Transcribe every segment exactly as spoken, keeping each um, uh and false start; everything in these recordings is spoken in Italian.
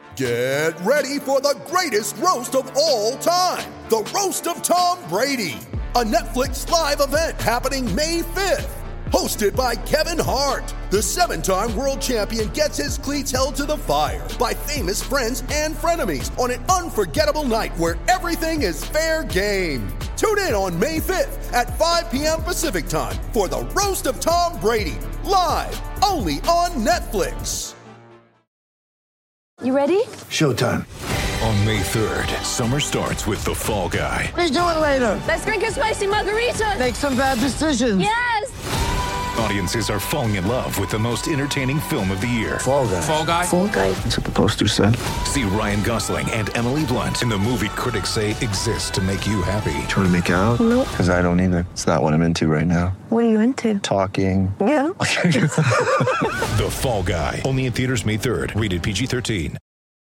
Get ready for the greatest roast of all time, the Roast of Tom Brady, a Netflix live event happening May fifth. Hosted by Kevin Hart, the seven-time world champion gets his cleats held to the fire by famous friends and frenemies on an unforgettable night where everything is fair game. Tune in on May fifth at five p.m. Pacific time for the Roast of Tom Brady, live only on Netflix. You ready? Showtime. On May third, summer starts with The Fall Guy. Let's do it later. Let's drink a spicy margarita. Make some bad decisions. Yes! Audiences are falling in love with the most entertaining film of the year. Fall Guy. Fall Guy? Fall Guy. That's what the poster said. See Ryan Gosling and Emily Blunt in the movie critics say exists to make you happy. Trying to make it out? Nope. Because I don't either. It's not what I'm into right now. What are you into? Talking. Yeah. The Fall Guy. Only in theaters May third. Rated P G thirteen.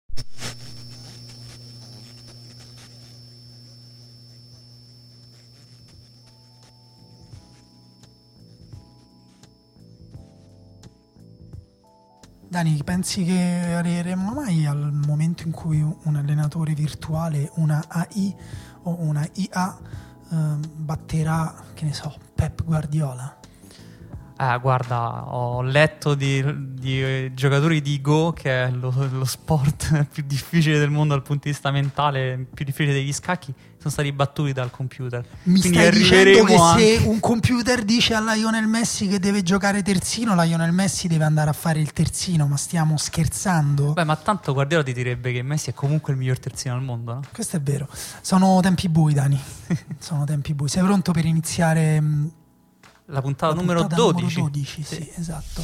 Dani, pensi che arriveremo mai al momento in cui un allenatore virtuale, una A I o una I A eh, batterà, che ne so, Pep Guardiola? Eh, guarda, ho letto di, di giocatori di Go, che è lo, lo sport più difficile del mondo dal punto di vista mentale, più difficile degli scacchi, sono stati battuti dal computer. Mi Quindi stai dicendo che anche... se un computer dice alla Lionel Messi che deve giocare terzino, la Lionel Messi deve andare a fare il terzino, ma stiamo scherzando? Beh, ma tanto Guardiola ti direbbe che Messi è comunque il miglior terzino al mondo, no? Questo è vero. Sono tempi bui, Dani. Sono tempi bui. Sei pronto per iniziare... La puntata, la numero, puntata dodici. numero dodici, sì. Sì, esatto.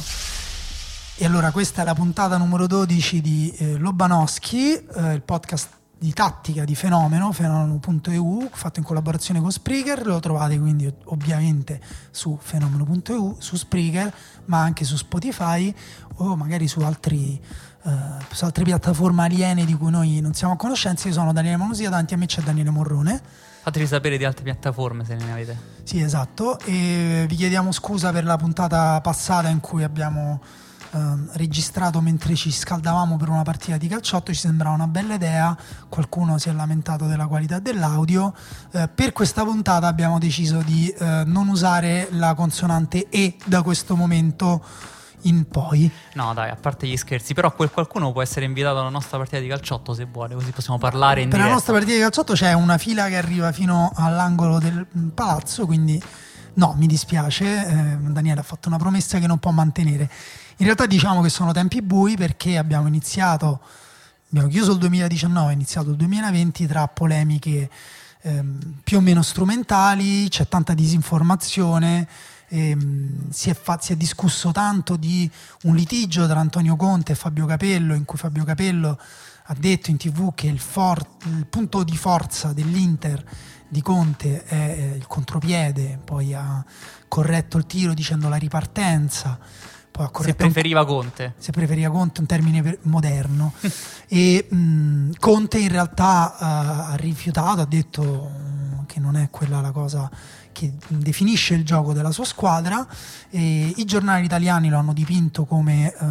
E allora questa è la puntata numero dodici di eh, Lobanowski, eh, il podcast di tattica di Fenomeno, fenomeno punto e u, fatto in collaborazione con Spreaker. Lo trovate quindi ovviamente su fenomeno punto e u, su Spreaker, ma anche su Spotify o magari su altri eh, su altre piattaforme aliene di cui noi non siamo a conoscenza. Io sono Daniele Manusia, davanti a me c'è Daniele Morrone. Fateci sapere di altre piattaforme se ne avete. Sì, esatto, e vi chiediamo scusa per la puntata passata in cui abbiamo ehm, registrato mentre ci scaldavamo per una partita di calciotto. Ci sembrava una bella idea, qualcuno si è lamentato della qualità dell'audio. Eh, per questa puntata abbiamo deciso di eh, non usare la consonante E da questo momento in poi. No dai, a parte gli scherzi, però quel qualcuno può essere invitato alla nostra partita di calciotto se vuole, così possiamo parlare in Per diretta. la nostra partita di calciotto c'è una fila che arriva fino all'angolo del palazzo, quindi no, mi dispiace, eh, Daniele ha fatto una promessa che non può mantenere. In realtà diciamo che sono tempi bui perché abbiamo iniziato, abbiamo chiuso il duemiladiciannove, è iniziato il duemilaventi tra polemiche ehm, più o meno strumentali, c'è tanta disinformazione. Ehm, si, è fa- si è discusso tanto di un litigio tra Antonio Conte e Fabio Capello, in cui Fabio Capello ha detto in tv che il, for- il punto di forza dell'Inter di Conte è il contropiede, poi ha corretto il tiro dicendo la ripartenza, poi ha corretto se preferiva un... Conte se preferiva Conte, un termine per- moderno e mh, Conte in realtà uh, ha rifiutato, ha detto uh, che non è quella la cosa che definisce il gioco della sua squadra, e i giornali italiani lo hanno dipinto come uh,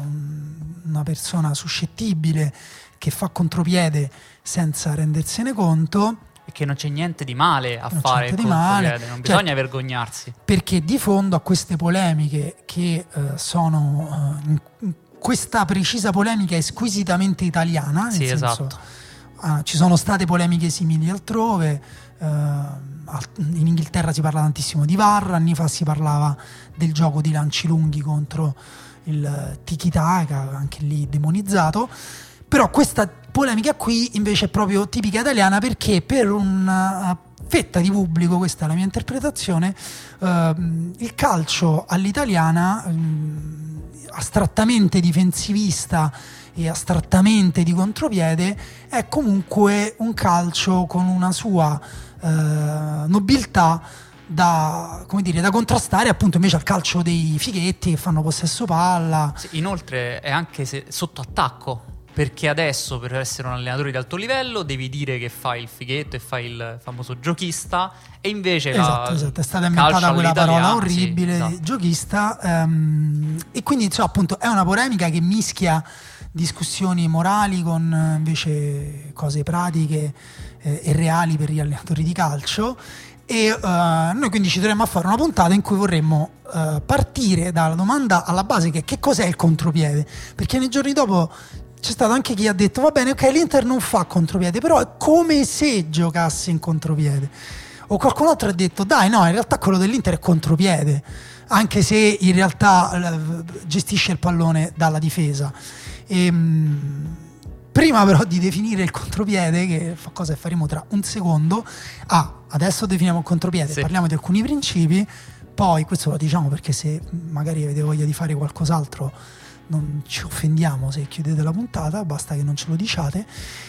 una persona suscettibile che fa contropiede senza rendersene conto, e che non c'è niente di male a non fare il di male. contropiede, non Certo, bisogna vergognarsi, perché di fondo a queste polemiche che uh, sono uh, in questa precisa polemica è squisitamente italiana, nel sì, senso, esatto. uh, ci sono state polemiche simili altrove. uh, In Inghilterra si parla tantissimo di V A R, anni fa si parlava del gioco di lanci lunghi contro il tiki-taka, anche lì demonizzato. Però questa polemica qui invece è proprio tipica italiana, perché per una fetta di pubblico, questa è la mia interpretazione, eh, il calcio all'italiana, eh, astrattamente difensivista e astrattamente di contropiede, è comunque un calcio con una sua Uh, nobiltà da, come dire, da contrastare appunto invece al calcio dei fighetti che fanno possesso palla. Sì, inoltre è anche se, sotto attacco, perché adesso per essere un allenatore di alto livello devi dire che fai il fighetto e fai il famoso giochista, e invece esatto, la, esatto, è stata inventata quella parola orribile, sì, esatto. giochista, um, e quindi insomma, appunto è una polemica che mischia discussioni morali con eh, invece cose pratiche eh, e reali per gli allenatori di calcio. E uh, noi quindi ci troviamo a fare una puntata in cui vorremmo uh, partire dalla domanda alla base, che che cos'è il contropiede, perché nei giorni dopo c'è stato anche chi ha detto va bene, ok, l'Inter non fa contropiede, però è come se giocasse in contropiede, o qualcun altro ha detto dai no, in realtà quello dell'Inter è contropiede, anche se in realtà uh, gestisce il pallone dalla difesa. E, um, prima però di definire il contropiede, che fa cosa che faremo tra un secondo, ah, adesso definiamo il contropiede, sì. Parliamo di alcuni principi, poi questo lo diciamo perché se magari avete voglia di fare qualcos'altro non ci offendiamo se chiudete la puntata, basta che non ce lo diciate.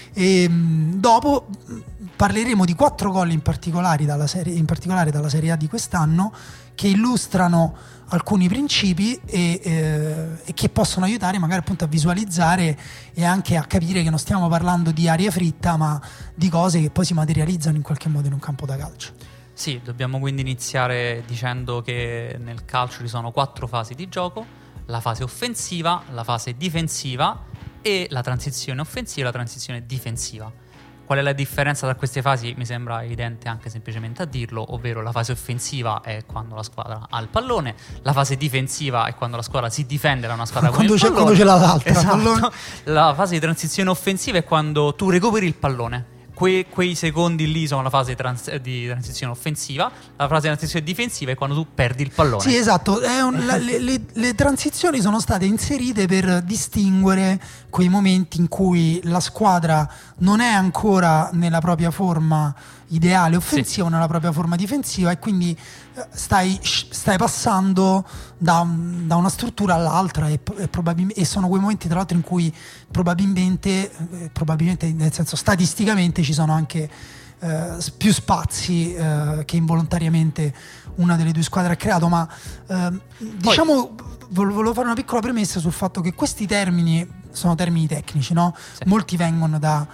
E dopo parleremo di quattro gol in particolare dalla serie, in particolare dalla Serie A di quest'anno, che illustrano alcuni principi e, eh, e che possono aiutare magari appunto a visualizzare e anche a capire che non stiamo parlando di aria fritta, ma di cose che poi si materializzano in qualche modo in un campo da calcio. Sì, dobbiamo quindi iniziare dicendo che nel calcio ci sono quattro fasi di gioco: la fase offensiva, la fase difensiva e la transizione offensiva e la transizione difensiva. Qual è la differenza tra queste fasi? Mi sembra evidente anche semplicemente a dirlo, ovvero la fase offensiva è quando la squadra ha il pallone, la fase difensiva è quando la squadra si difende da una squadra con il pallone. Quando ce l'ha l'altra. Esatto. La fase di transizione offensiva è quando tu recuperi il pallone. Que- quei secondi lì sono la fase trans- di transizione offensiva. La fase di transizione difensiva è quando tu perdi il pallone. Sì, esatto. È un, la, le, le, le transizioni sono state inserite per distinguere quei momenti in cui la squadra non è ancora nella propria forma ideale offensiva, sì, o nella propria forma difensiva, e quindi stai, stai passando da, da una struttura all'altra, e, e, probabilmente, e sono quei momenti tra l'altro in cui probabilmente, eh, probabilmente nel senso statisticamente ci sono anche eh, più spazi eh, che involontariamente una delle due squadre ha creato. Ma eh, diciamo, volevo fare una piccola premessa sul fatto che questi termini sono termini tecnici, no? Sì. Molti vengono da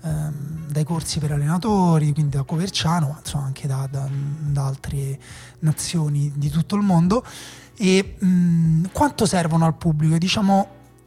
dai corsi per allenatori, quindi da Coverciano, ma insomma anche da, da, da altre nazioni di tutto il mondo. E mh, quanto servono al pubblico? Diciamo,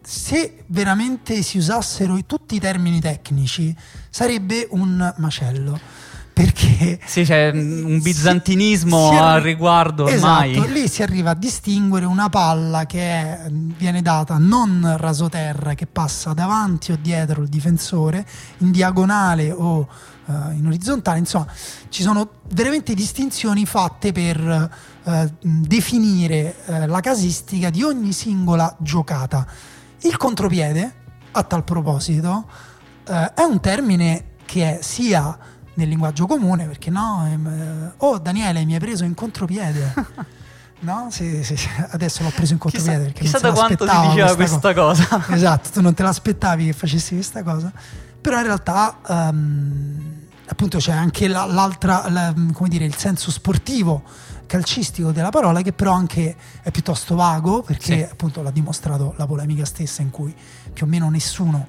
se veramente si usassero tutti i termini tecnici sarebbe un macello, perché sì, c'è un bizantinismo si, si al riguardo ormai. Esatto, lì si arriva a distinguere una palla che è, viene data non rasoterra, che passa davanti o dietro il difensore, in diagonale o uh, in orizzontale. Insomma, ci sono veramente distinzioni fatte per uh, definire uh, la casistica di ogni singola giocata. Il contropiede, a tal proposito, uh, è un termine che è sia nel linguaggio comune, perché no, ehm, oh Daniele, mi hai preso in contropiede. No? Sì, sì, sì. Adesso l'ho preso in contropiede, chissà, perché chissà non da quanto si diceva questa, questa cosa, cosa. Esatto, tu non te l'aspettavi che facessi questa cosa, però in realtà um, appunto c'è anche la, l'altra la, come dire, il senso sportivo calcistico della parola, che però anche è piuttosto vago, perché sì, appunto l'ha dimostrato la polemica stessa, in cui più o meno nessuno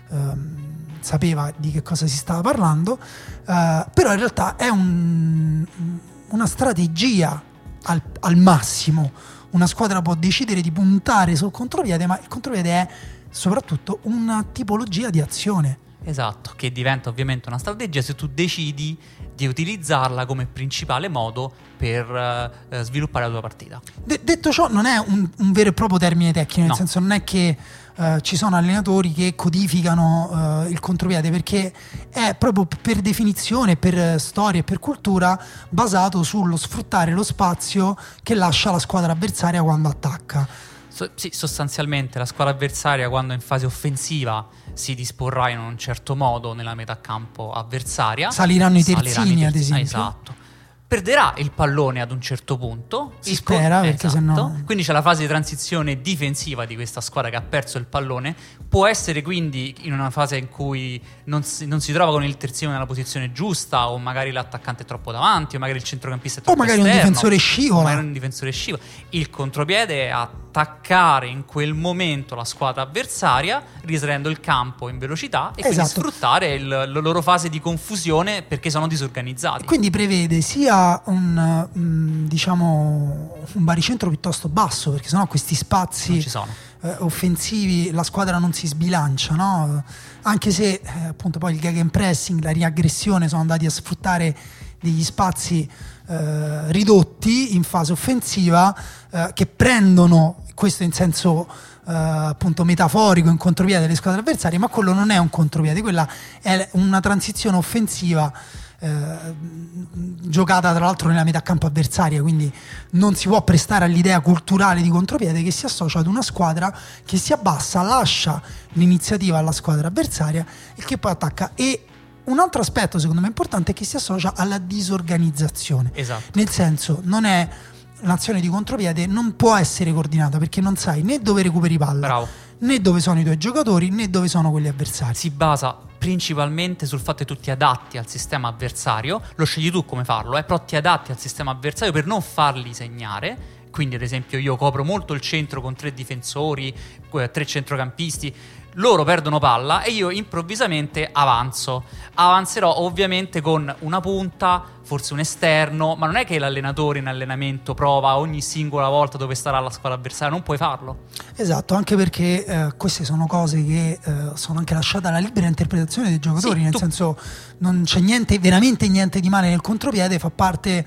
um, sapeva di che cosa si stava parlando, uh, però in realtà è un, una strategia al, al massimo. Una squadra può decidere di puntare sul contropiede, ma il contropiede è soprattutto una tipologia di azione. Esatto, che diventa ovviamente una strategia se tu decidi di utilizzarla come principale modo per uh, sviluppare la tua partita. De- detto ciò, non è un, un vero e proprio termine tecnico, nel no. senso non è che uh, ci sono allenatori che codificano uh, il contropiede, perché è proprio per definizione, per storia e per cultura basato sullo sfruttare lo spazio che lascia la squadra avversaria quando attacca. So, sì, sostanzialmente la squadra avversaria, quando è in fase offensiva, si disporrà in un certo modo nella metà campo avversaria. Saliranno i terzini, saliranno i terzini ad esempio. Esatto. Perderà il pallone ad un certo punto. Si spera, perché esatto. sennò... Quindi c'è la fase di transizione difensiva di questa squadra che ha perso il pallone. Può essere quindi in una fase in cui non si, non si trova con il terzino nella posizione giusta, o magari l'attaccante è troppo davanti, o magari il centrocampista è troppo esterno, o magari esterno, un difensore scivola. O magari un difensore scivola. Il contropiede è attaccare in quel momento la squadra avversaria, risalendo il campo in velocità, e esatto. quindi sfruttare il, la loro fase di confusione, perché sono disorganizzati. Quindi prevede sia un, diciamo, un baricentro piuttosto basso, perché sennò questi spazi non ci sono. eh, offensivi la squadra non si sbilancia, no? Anche se eh, appunto poi il gegenpressing, la riaggressione sono andati a sfruttare degli spazi eh, ridotti in fase offensiva eh, che prendono, questo in senso eh, appunto metaforico, in contropiede delle squadre avversarie, ma quello non è un contropiede, quella è una transizione offensiva eh, giocata tra l'altro nella metà campo avversaria, quindi non si può prestare all'idea culturale di contropiede che si associa ad una squadra che si abbassa, lascia l'iniziativa alla squadra avversaria e che poi attacca. E un altro aspetto secondo me importante è che si associa alla disorganizzazione. Esatto. Nel senso, non è l'azione di contropiede non può essere coordinata perché non sai né dove recuperi palla, Bravo. né dove sono i tuoi giocatori, né dove sono quelli avversari. Si basa principalmente sul fatto che tu ti adatti al sistema avversario, lo scegli tu come farlo, eh, però ti adatti al sistema avversario per non farli segnare. Quindi ad esempio io copro molto il centro con tre difensori, tre centrocampisti, loro perdono palla e io improvvisamente avanzo. Avanzerò ovviamente con una punta, forse un esterno, ma non è che l'allenatore in allenamento prova ogni singola volta dove starà la squadra avversaria, non puoi farlo. Esatto, anche perché eh, queste sono cose che eh, sono anche lasciate alla libera interpretazione dei giocatori, Sì, nel tu... senso non c'è niente, veramente niente di male nel contropiede, fa parte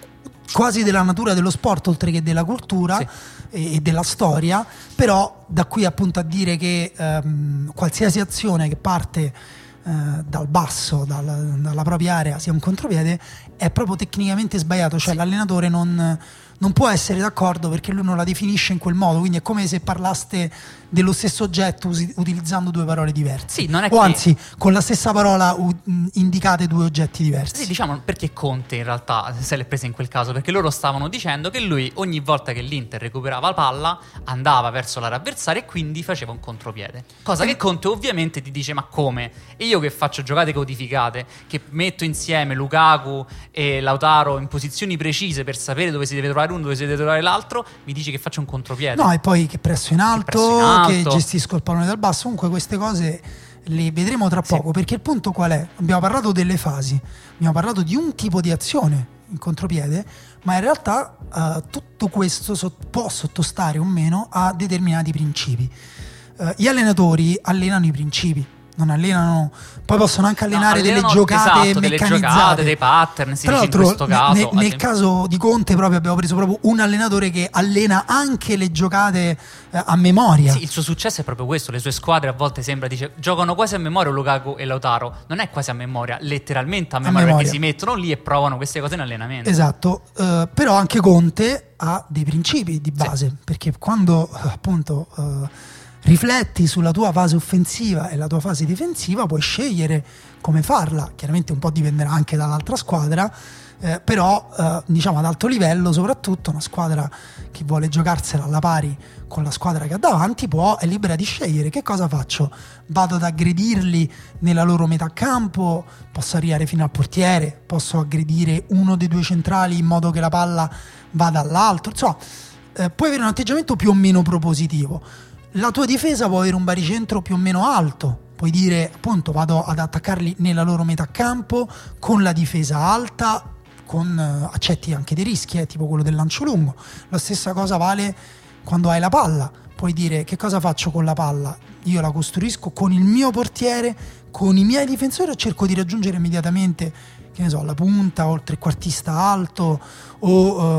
quasi della natura dello sport oltre che della cultura, sì, e della storia, però da qui appunto a dire che ehm, qualsiasi azione che parte eh, dal basso, dal, dalla propria area sia un contropiede è proprio tecnicamente sbagliato, cioè sì, l'allenatore non, non può essere d'accordo perché lui non la definisce in quel modo, quindi è come se parlaste dello stesso oggetto usi, utilizzando due parole diverse, sì, non è o che... anzi con la stessa parola u, indicate due oggetti diversi. Sì, diciamo perché Conte in realtà se l'è presa in quel caso, perché loro stavano dicendo che lui ogni volta che l'Inter recuperava la palla andava verso l'area avversaria e quindi faceva un contropiede, cosa che Conte ovviamente ti dice ma come? E io che faccio giocate codificate, che metto insieme Lukaku e Lautaro in posizioni precise per sapere dove si deve trovare uno, dove si deve trovare l'altro, mi dici che faccio un contropiede? No, e poi che presso in alto, che, presso in alto. Che gestisco il pallone dal basso. Comunque queste cose le vedremo tra poco, sì, perché il punto qual è? Abbiamo parlato delle fasi, abbiamo parlato di un tipo di azione in contropiede, ma in realtà uh, tutto questo so- può sottostare o meno a determinati principi. Uh, gli allenatori allenano i principi, non allenano, poi possono anche allenare no, delle giocate esatto, meccanizzate, delle giocate, dei pattern, si tra dice l'altro, in questo caso, ne, nel caso di Conte proprio abbiamo preso proprio un allenatore che allena anche le giocate eh, a memoria. Sì, il suo successo è proprio questo, le sue squadre a volte sembra, dice, giocano quasi a memoria Lukaku e Lautaro, non è quasi a memoria, letteralmente a memoria, a memoria, perché si mettono lì e provano queste cose in allenamento. Esatto, uh, però anche Conte ha dei principi di base, sì, perché quando uh, appunto uh, rifletti sulla tua fase offensiva e la tua fase difensiva puoi scegliere come farla, chiaramente un po' dipenderà anche dall'altra squadra, eh, però eh, diciamo ad alto livello soprattutto una squadra che vuole giocarsela alla pari con la squadra che ha davanti può, è libera di scegliere che cosa faccio, vado ad aggredirli nella loro metà campo, posso arrivare fino al portiere, posso aggredire uno dei due centrali in modo che la palla vada all'altro, insomma eh, puoi avere un atteggiamento più o meno propositivo. La tua difesa può avere un baricentro più o meno alto, puoi dire appunto vado ad attaccarli nella loro metà campo con la difesa alta, con uh, accetti anche dei rischi, eh, tipo quello del lancio lungo. La stessa cosa vale quando hai la palla, puoi dire che cosa faccio con la palla, io la costruisco con il mio portiere, con i miei difensori, o cerco di raggiungere immediatamente, che ne so, la punta o il trequartista alto o,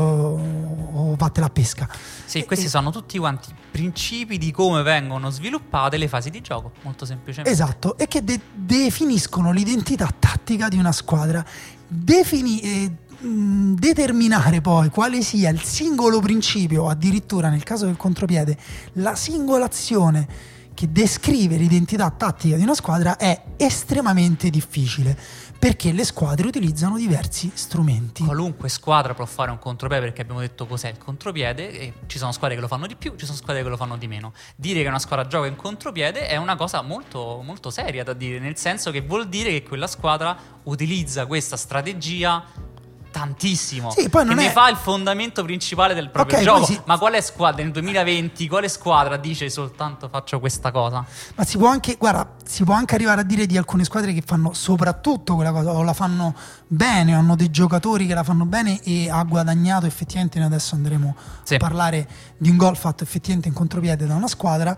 uh, o vattela a pesca. Sì, questi e, sono tutti quanti principi di come vengono sviluppate le fasi di gioco, molto semplicemente. Esatto, e che de- definiscono l'identità tattica di una squadra. Defini- eh, mh, determinare poi quale sia il singolo principio, o addirittura nel caso del contropiede, la singola azione che descrive l'identità tattica di una squadra è estremamente difficile, perché le squadre utilizzano diversi strumenti. Qualunque squadra può fare un contropiede, perché abbiamo detto cos'è il contropiede, e ci sono squadre che lo fanno di più, ci sono squadre che lo fanno di meno. Dire che una squadra gioca in contropiede è una cosa molto, molto seria da dire, nel senso che vuol dire che quella squadra utilizza questa strategia tantissimo. Sì, poi non e è... ne fa il fondamento principale del proprio Okay, gioco. sì. Ma quale squadra nel duemilaventi, quale squadra dice soltanto faccio questa cosa? Ma si può anche, guarda, si può anche arrivare a dire di alcune squadre che fanno soprattutto quella cosa, o la fanno bene, o hanno dei giocatori che la fanno bene e ha guadagnato effettivamente. Noi adesso andremo Sì. a parlare di un gol fatto effettivamente in contropiede da una squadra,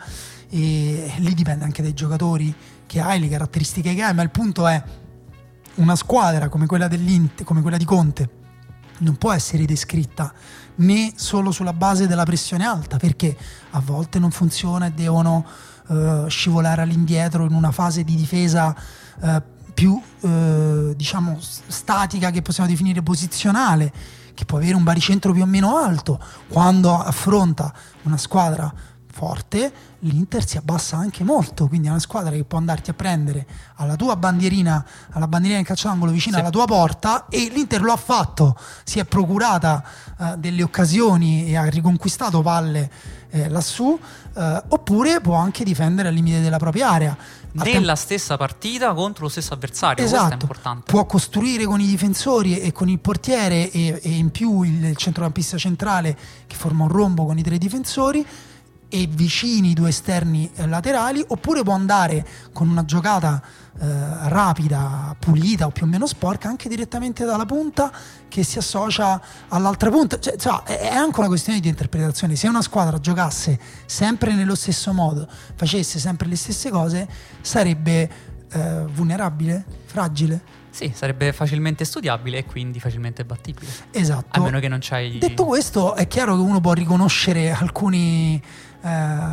e lì dipende anche dai giocatori che hai, le caratteristiche che hai, ma il punto è: una squadra come quella dell'Inter, come quella di Conte, non può essere descritta né solo sulla base della pressione alta, perché a volte non funziona e devono uh, scivolare all'indietro in una fase di difesa uh, più uh, diciamo statica, che possiamo definire posizionale, che può avere un baricentro più o meno alto. Quando affronta una squadra forte, l'Inter si abbassa anche molto, quindi è una squadra che può andarti a prendere alla tua bandierina, alla bandierina del calcio d'angolo vicino Sì. alla tua porta, e l'Inter lo ha fatto, si è procurata uh, delle occasioni e ha riconquistato palle eh, lassù, uh, oppure può anche difendere al limite della propria area. Al Nella tempo- stessa partita contro lo stesso avversario. Questo è Esatto, importante. può costruire con i difensori e con il portiere, e, e in più il, il centrocampista centrale che forma un rombo con i tre difensori e vicini i due esterni eh, laterali, oppure può andare con una giocata eh, rapida, pulita o più o meno sporca anche direttamente dalla punta, che si associa all'altra punta. Cioè, cioè, è è anche una questione di interpretazione. Se una squadra giocasse sempre nello stesso modo, facesse sempre le stesse cose, sarebbe eh, vulnerabile, fragile. Sì, sarebbe facilmente studiabile e quindi facilmente battibile. Esatto. A meno che non c'hai... Detto questo, è chiaro che uno può riconoscere alcuni, eh,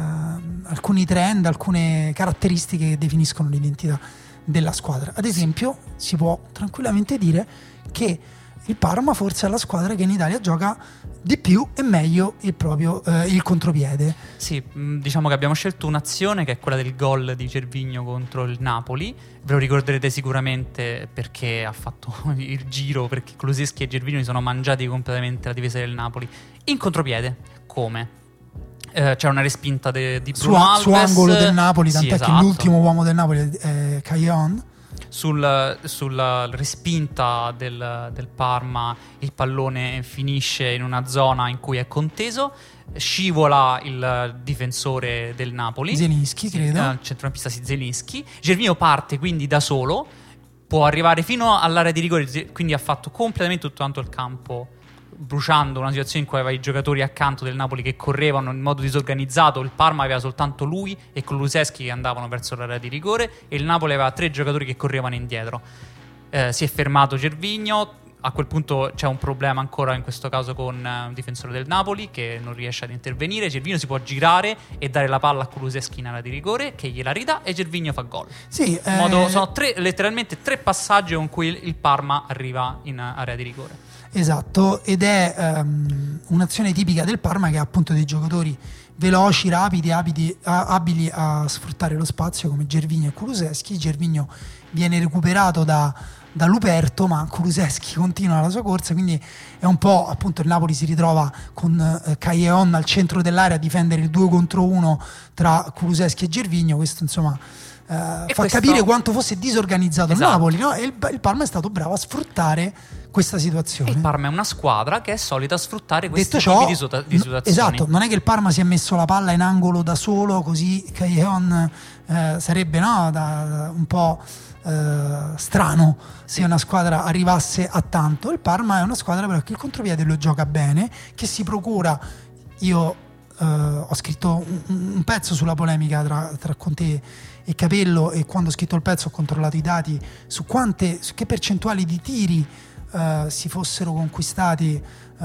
alcuni trend, alcune caratteristiche che definiscono l'identità della squadra. Ad esempio, si può tranquillamente dire che il Parma forse è la squadra che in Italia gioca di più e meglio il proprio eh, il contropiede. Sì, mh, diciamo che abbiamo scelto un'azione che è quella del gol di Gervinho contro il Napoli. Ve lo ricorderete sicuramente perché ha fatto il giro, perché Kulusevski e Gervinho si sono mangiati completamente la difesa del Napoli. In contropiede, come? Eh, c'è una respinta de, di Bruno Su, Alves su angolo del Napoli, Sì, tant'è esatto. che l'ultimo uomo del Napoli è Caillon. Sul, sulla respinta del, del Parma il pallone finisce in una zona in cui è conteso, scivola il difensore del Napoli, Zielinski, credo. il centrocampista Zielinski. Gervinho parte quindi da solo, può arrivare fino all'area di rigore, quindi ha fatto completamente tutto quanto il campo, bruciando una situazione in cui aveva i giocatori accanto del Napoli che correvano in modo disorganizzato. Il Parma aveva soltanto lui e Kulusevski che andavano verso l'area di rigore, e il Napoli aveva tre giocatori che correvano indietro. Eh, si è fermato Gervinho. A quel punto c'è un problema ancora in questo caso con eh, un difensore del Napoli che non riesce ad intervenire. Gervinho si può girare e dare la palla a Kulusevski in area di rigore, che gliela ridà, e Gervinho fa gol. Sì, In modo- eh, sono tre, letteralmente tre passaggi con cui il, il Parma arriva in area di rigore. esatto, ed è um, un'azione tipica del Parma, che ha appunto dei giocatori veloci, rapidi, abili, a, abili a sfruttare lo spazio come Gervinho e Kulusevski. Gervinho viene recuperato da, da Luperto, ma Kulusevski continua la sua corsa, quindi è un po' appunto il Napoli si ritrova con eh, Caillon al centro dell'area a difendere il due contro uno tra Kulusevski e Gervinho. Questo insomma eh, fa questo- capire quanto fosse disorganizzato Esatto. il Napoli, no? E il, il Parma è stato bravo a sfruttare questa situazione. E il Parma è una squadra che è solita sfruttare questi Detto tipi ciò, di, sota- di n- situazioni. esatto, non è che il Parma si è messo la palla in angolo da solo, così Caillon eh, sarebbe no, da, da un po' eh, strano se una squadra arrivasse a tanto. Il Parma è una squadra però che il contropiede lo gioca bene, che si procura. Io eh, ho scritto un, un pezzo sulla polemica tra, tra Conte e Capello, e quando ho scritto il pezzo ho controllato i dati su quante, su che percentuali di tiri Uh, si fossero conquistati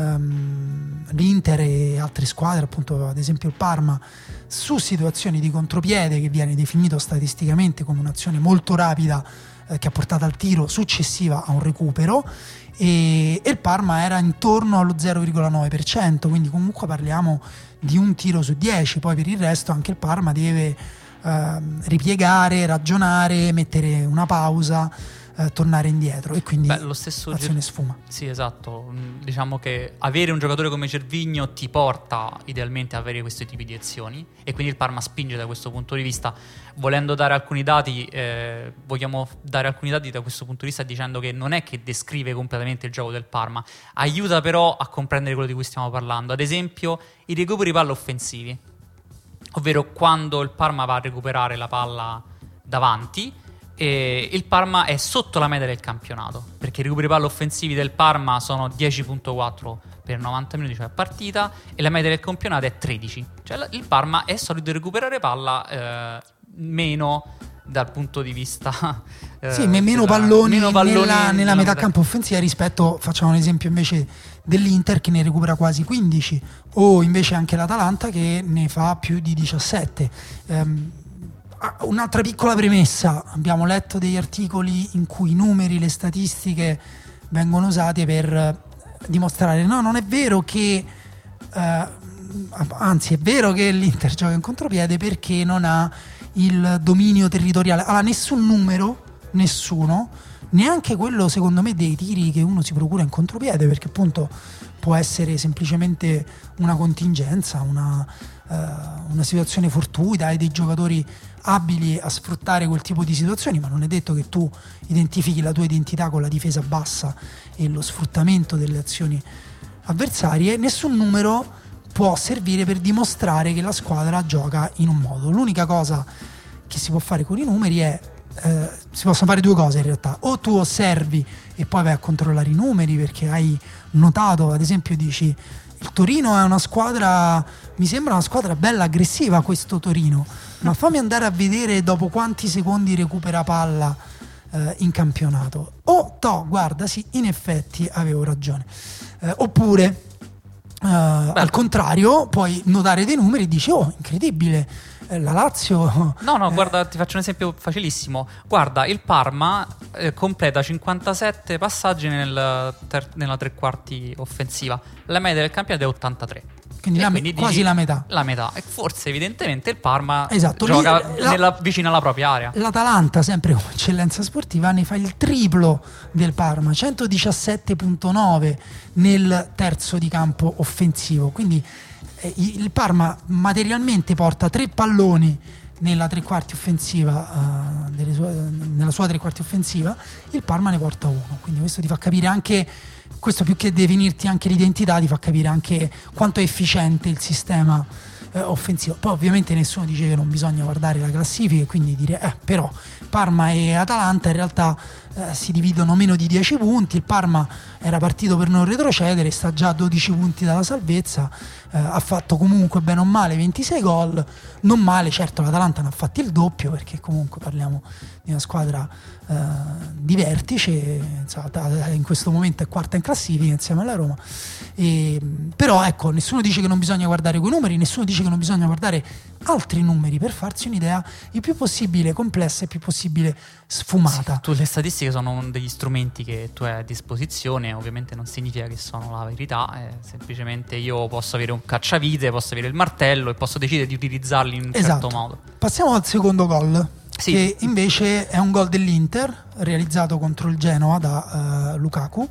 um, l'Inter e altre squadre, appunto ad esempio il Parma, su situazioni di contropiede, che viene definito statisticamente come un'azione molto rapida eh, che ha portato al tiro successiva a un recupero, e, e il Parma era intorno allo zero virgola nove per cento, quindi comunque parliamo di un tiro su dieci. Poi per il resto anche il Parma deve uh, ripiegare, ragionare, mettere una pausa. eh, tornare indietro, e quindi Beh, lo stesso l'azione Ger- sfuma. Sì, esatto. Mm, Diciamo che avere un giocatore come Gervinho ti porta idealmente a avere questi tipi di azioni, e quindi il Parma spinge da questo punto di vista. Volendo dare alcuni dati, eh, vogliamo dare alcuni dati da questo punto di vista, dicendo che non è che descrive completamente il gioco del Parma, aiuta però a comprendere quello di cui stiamo parlando. Ad esempio, i recuperi palla offensivi, ovvero quando il Parma va a recuperare la palla davanti, e il Parma è sotto la media del campionato, perché i recuperi palla offensivi del Parma sono dieci virgola quattro per novanta minuti, cioè partita, e la media del campionato è tredici. Cioè la- il Parma è solito recuperare palla eh, meno dal punto di vista eh, Sì, me- meno della- palloni, meno palloni nella, nella nella metà campo offensiva rispetto, facciamo un esempio invece dell'Inter che ne recupera quasi quindici, o invece anche l'Atalanta che ne fa più di diciassette. Ehm, ah, un'altra piccola premessa: abbiamo letto degli articoli in cui i numeri, le statistiche vengono usate per eh, dimostrare no, non è vero che eh, anzi è vero che l'Inter gioca in contropiede perché non ha il dominio territoriale. Allora, nessun numero, nessuno, neanche quello secondo me dei tiri che uno si procura in contropiede, perché appunto può essere semplicemente una contingenza, una, eh, una situazione fortuita, hai dei giocatori abili a sfruttare quel tipo di situazioni, ma non è detto che tu identifichi la tua identità con la difesa bassa e lo sfruttamento delle azioni avversarie. Nessun numero può servire per dimostrare che la squadra gioca in un modo. L'unica cosa che si può fare con i numeri è eh, si possono fare due cose in realtà: o tu osservi e poi vai a controllare i numeri perché hai notato, ad esempio dici il Torino è una squadra, mi sembra una squadra bella aggressiva questo Torino, ma fammi andare a vedere dopo quanti secondi recupera palla eh, in campionato. O to, guarda, sì, in effetti avevo ragione. Eh, oppure Uh, al contrario, puoi notare dei numeri e dici oh, incredibile, eh, la Lazio No, no, eh, guarda, ti faccio un esempio facilissimo. Guarda, il Parma eh, completa cinquantasette passaggi nel ter- nella tre quarti offensiva. La media del campionato è ottantatré. quindi, E la, quindi quasi dici la metà. La metà. E forse evidentemente il Parma Esatto, gioca lì, la- nella- vicino alla propria area. L'Atalanta, sempre come eccellenza sportiva, ne fa il triplo del Parma, centodiciassette virgola nove nel terzo di campo offensivo. Quindi eh, il Parma materialmente porta tre palloni nella tre quarti offensiva, uh, delle sue, nella sua tre quarti offensiva, il Parma ne porta uno. Quindi questo ti fa capire anche, questo più che definirti anche l'identità, ti fa capire anche quanto è efficiente il sistema eh, offensivo. Poi ovviamente nessuno dice che non bisogna guardare la classifica e quindi dire eh, però Parma e Atalanta in realtà eh, si dividono meno di dieci punti. Il Parma era partito per non retrocedere, sta già a dodici punti dalla salvezza, eh, ha fatto comunque bene o male ventisei gol, non male. Certo l'Atalanta ne ha fatti il doppio perché comunque parliamo di una squadra eh, di vertice, insomma, in questo momento è quarta in classifica insieme alla Roma. E, però ecco, nessuno dice che non bisogna guardare quei numeri, nessuno dice che non bisogna guardare altri numeri per farsi un'idea il più possibile complessa e il più possibile sfumata. Sì, tu, le statistiche sono degli strumenti che tu hai a disposizione, ovviamente non significa che sono la verità, eh, semplicemente io posso avere un cacciavite, posso avere il martello e posso decidere di utilizzarli in un Esatto. certo modo. Passiamo al secondo gol, Sì. che invece è un gol dell'Inter realizzato contro il Genoa da uh, Lukaku.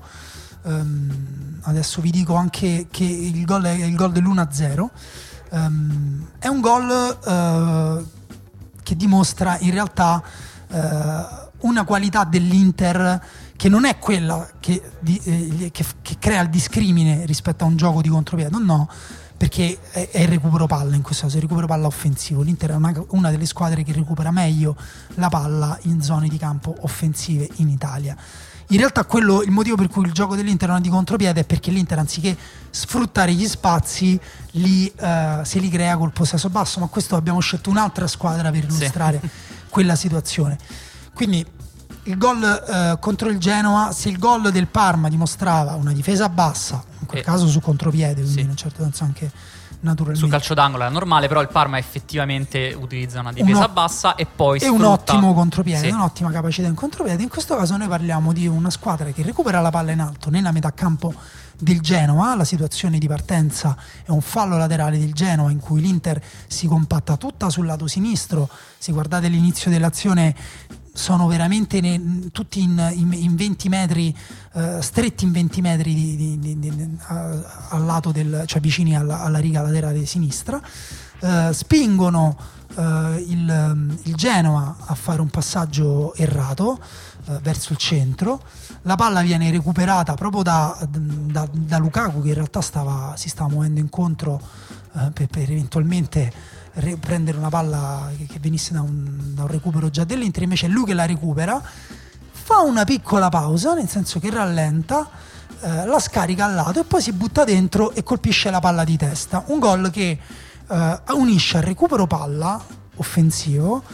Um, adesso vi dico anche che il gol è il gol dell'uno a zero. Um, è un gol uh, che dimostra in realtà uh, una qualità dell'Inter che non è quella che, di, eh, che, che crea il discrimine rispetto a un gioco di contropiede, no, perché è, è il recupero palla, in questo caso il recupero palla offensivo. L'Inter è una, una delle squadre che recupera meglio la palla in zone di campo offensive in Italia. In realtà quello, il motivo per cui il gioco dell'Inter non è di contropiede è perché l'Inter, anziché sfruttare gli spazi, li, eh, se li crea col possesso basso, ma questo abbiamo scelto un'altra squadra per illustrare sì. quella situazione. Quindi il gol eh, contro il Genoa, se il gol del Parma dimostrava una difesa bassa, in quel eh, caso su contropiede, quindi sì. in un certo senso anche naturalmente sul calcio d'angolo è normale, però il Parma effettivamente utilizza una difesa un bassa e poi e sfrutta... un ottimo contropiede, sì. un'ottima capacità in contropiede. In questo caso noi parliamo di una squadra che recupera la palla in alto nella metà campo del Genoa. La situazione di partenza è un fallo laterale del Genoa in cui l'Inter si compatta tutta sul lato sinistro. Se guardate l'inizio dell'azione sono veramente ne, tutti in, in, in venti metri, uh, stretti in venti metri di, di, di, di, a, al lato del, cioè vicini alla, alla riga laterale sinistra, uh, spingono uh, il, il Genoa a fare un passaggio errato uh, verso il centro. La palla viene recuperata proprio da, da, da Lukaku, che in realtà stava, si stava muovendo incontro uh, per, per eventualmente Re- prendere una palla che, che venisse da un, da un recupero già dell'Inter. Invece è lui che la recupera, fa una piccola pausa, nel senso che rallenta, eh, la scarica al lato e poi si butta dentro e colpisce la palla di testa. Un gol che eh, unisce al recupero palla offensivo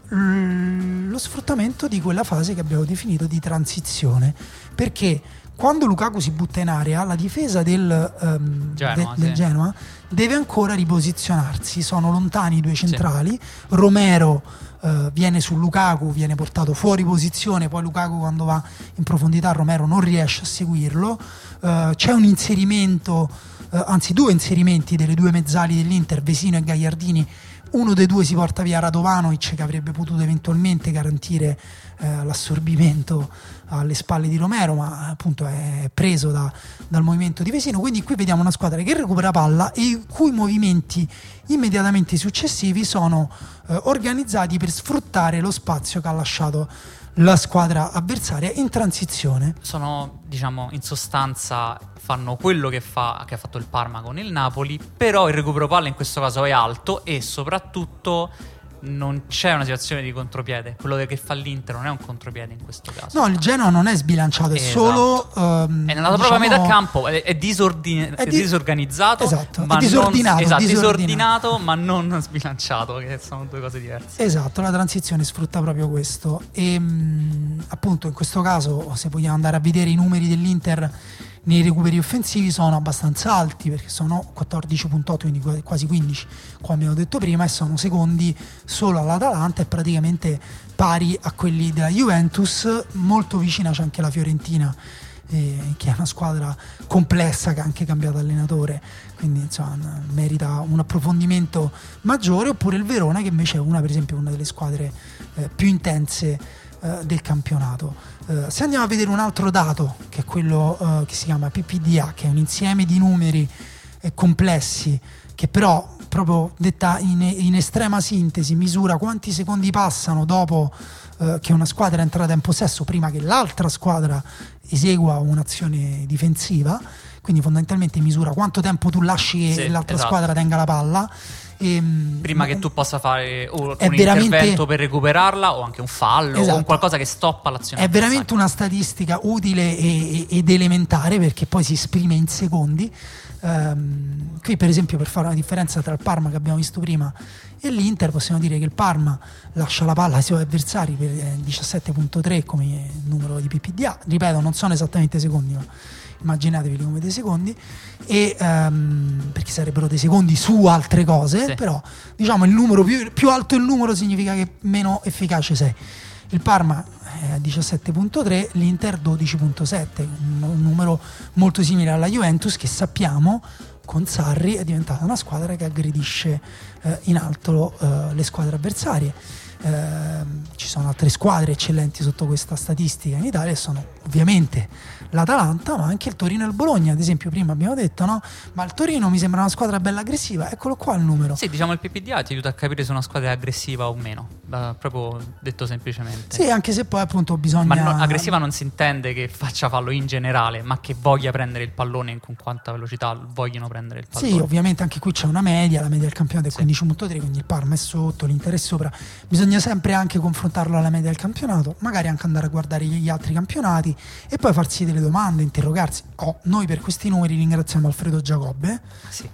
l- lo sfruttamento di quella fase che abbiamo definito di transizione, perché quando Lukaku si butta in area, la difesa del, um, Genoa, de- del sì. Genoa deve ancora riposizionarsi. Sono lontani i due centrali. Sì. Romero uh, viene su Lukaku, viene portato fuori posizione. Poi Lukaku, quando va in profondità, Romero non riesce a seguirlo. Uh, c'è un inserimento, uh, anzi due inserimenti delle due mezzali dell'Inter, Vesino e Gagliardini. Uno dei due si porta via Radovanovic, che avrebbe potuto eventualmente garantire eh, l'assorbimento alle spalle di Romero, ma appunto è preso da, dal movimento di Vesino. Quindi qui vediamo una squadra che recupera palla e i cui movimenti immediatamente successivi sono eh, organizzati per sfruttare lo spazio che ha lasciato la squadra avversaria in transizione. Sono, diciamo, in sostanza fanno quello che, fa, che ha fatto il Parma con il Napoli, però il recupero palla in questo caso è alto e soprattutto non c'è una situazione di contropiede. Quello che fa l'Inter non è un contropiede in questo caso. No, il Genoa non è sbilanciato, è esatto. solo um, è nella diciamo, propria metà campo, è, è, disordine, è, di- è disorganizzato, esatto, ma è disordinato, non, esatto, disordinato. disordinato ma non sbilanciato, che sono due cose diverse. Esatto, la transizione sfrutta proprio questo e mh, appunto in questo caso, se vogliamo andare a vedere i numeri dell'Inter nei recuperi offensivi, sono abbastanza alti, perché sono quattordici virgola otto, quindi quasi quindici, come abbiamo detto prima, e sono secondi solo all'Atalanta e praticamente pari a quelli della Juventus. Molto vicina c'è anche la Fiorentina, eh, che è una squadra complessa, che ha anche cambiato allenatore, quindi insomma merita un approfondimento maggiore, oppure il Verona, che invece è una, per esempio, una delle squadre eh, più intense eh, del campionato. Uh, se andiamo a vedere un altro dato, che è quello uh, che si chiama P P D A, che è un insieme di numeri eh, complessi, che però, proprio detta in, in estrema sintesi, misura quanti secondi passano dopo uh, che una squadra è entrata in possesso prima che l'altra squadra esegua un'azione difensiva. Quindi fondamentalmente misura quanto tempo tu lasci che sì, l'altra esatto. squadra tenga la palla e, prima che tu possa fare un veramente, intervento per recuperarla, o anche un fallo, esatto. o un qualcosa che stoppa l'azione. È veramente una statistica utile e, ed elementare, perché poi si esprime in secondi. Um, qui per esempio, per fare una differenza tra il Parma che abbiamo visto prima e l'Inter, possiamo dire che il Parma lascia la palla ai suoi avversari per diciassette virgola tre come numero di P P D A. Ripeto, non sono esattamente secondi, ma immaginatevi come dei secondi, e um, perché sarebbero dei secondi su altre cose, sì. Però diciamo il numero più, più alto il numero significa che meno efficace sei. Il Parma è a diciassette virgola tre, l'Inter dodici virgola sette, un, un numero molto simile alla Juventus, che sappiamo con Sarri è diventata una squadra che aggredisce eh, in alto eh, le squadre avversarie. Eh, ci sono altre squadre eccellenti sotto questa statistica in Italia, e sono ovviamente l'Atalanta, ma anche il Torino e il Bologna. Ad esempio prima abbiamo detto, no? Ma il Torino mi sembra una squadra bella aggressiva, eccolo qua il numero. Sì, diciamo il P P D A ti aiuta a capire se una squadra è aggressiva o meno, uh, proprio detto semplicemente. Sì, anche se poi appunto bisogna... Ma no, aggressiva non si intende che faccia fallo in generale, ma che voglia prendere il pallone, con quanta velocità vogliono prendere il pallone. Sì, ovviamente anche qui c'è una media, la media del campionato è sì. quindici virgola tre, quindi il Parma è sotto, l'Inter è sopra. Bisogna sempre anche confrontarlo alla media del campionato, magari anche andare a guardare gli altri campionati e poi farsi delle domande, interrogarsi. Oh, noi per questi numeri ringraziamo Alfredo Giacobbe. Sì,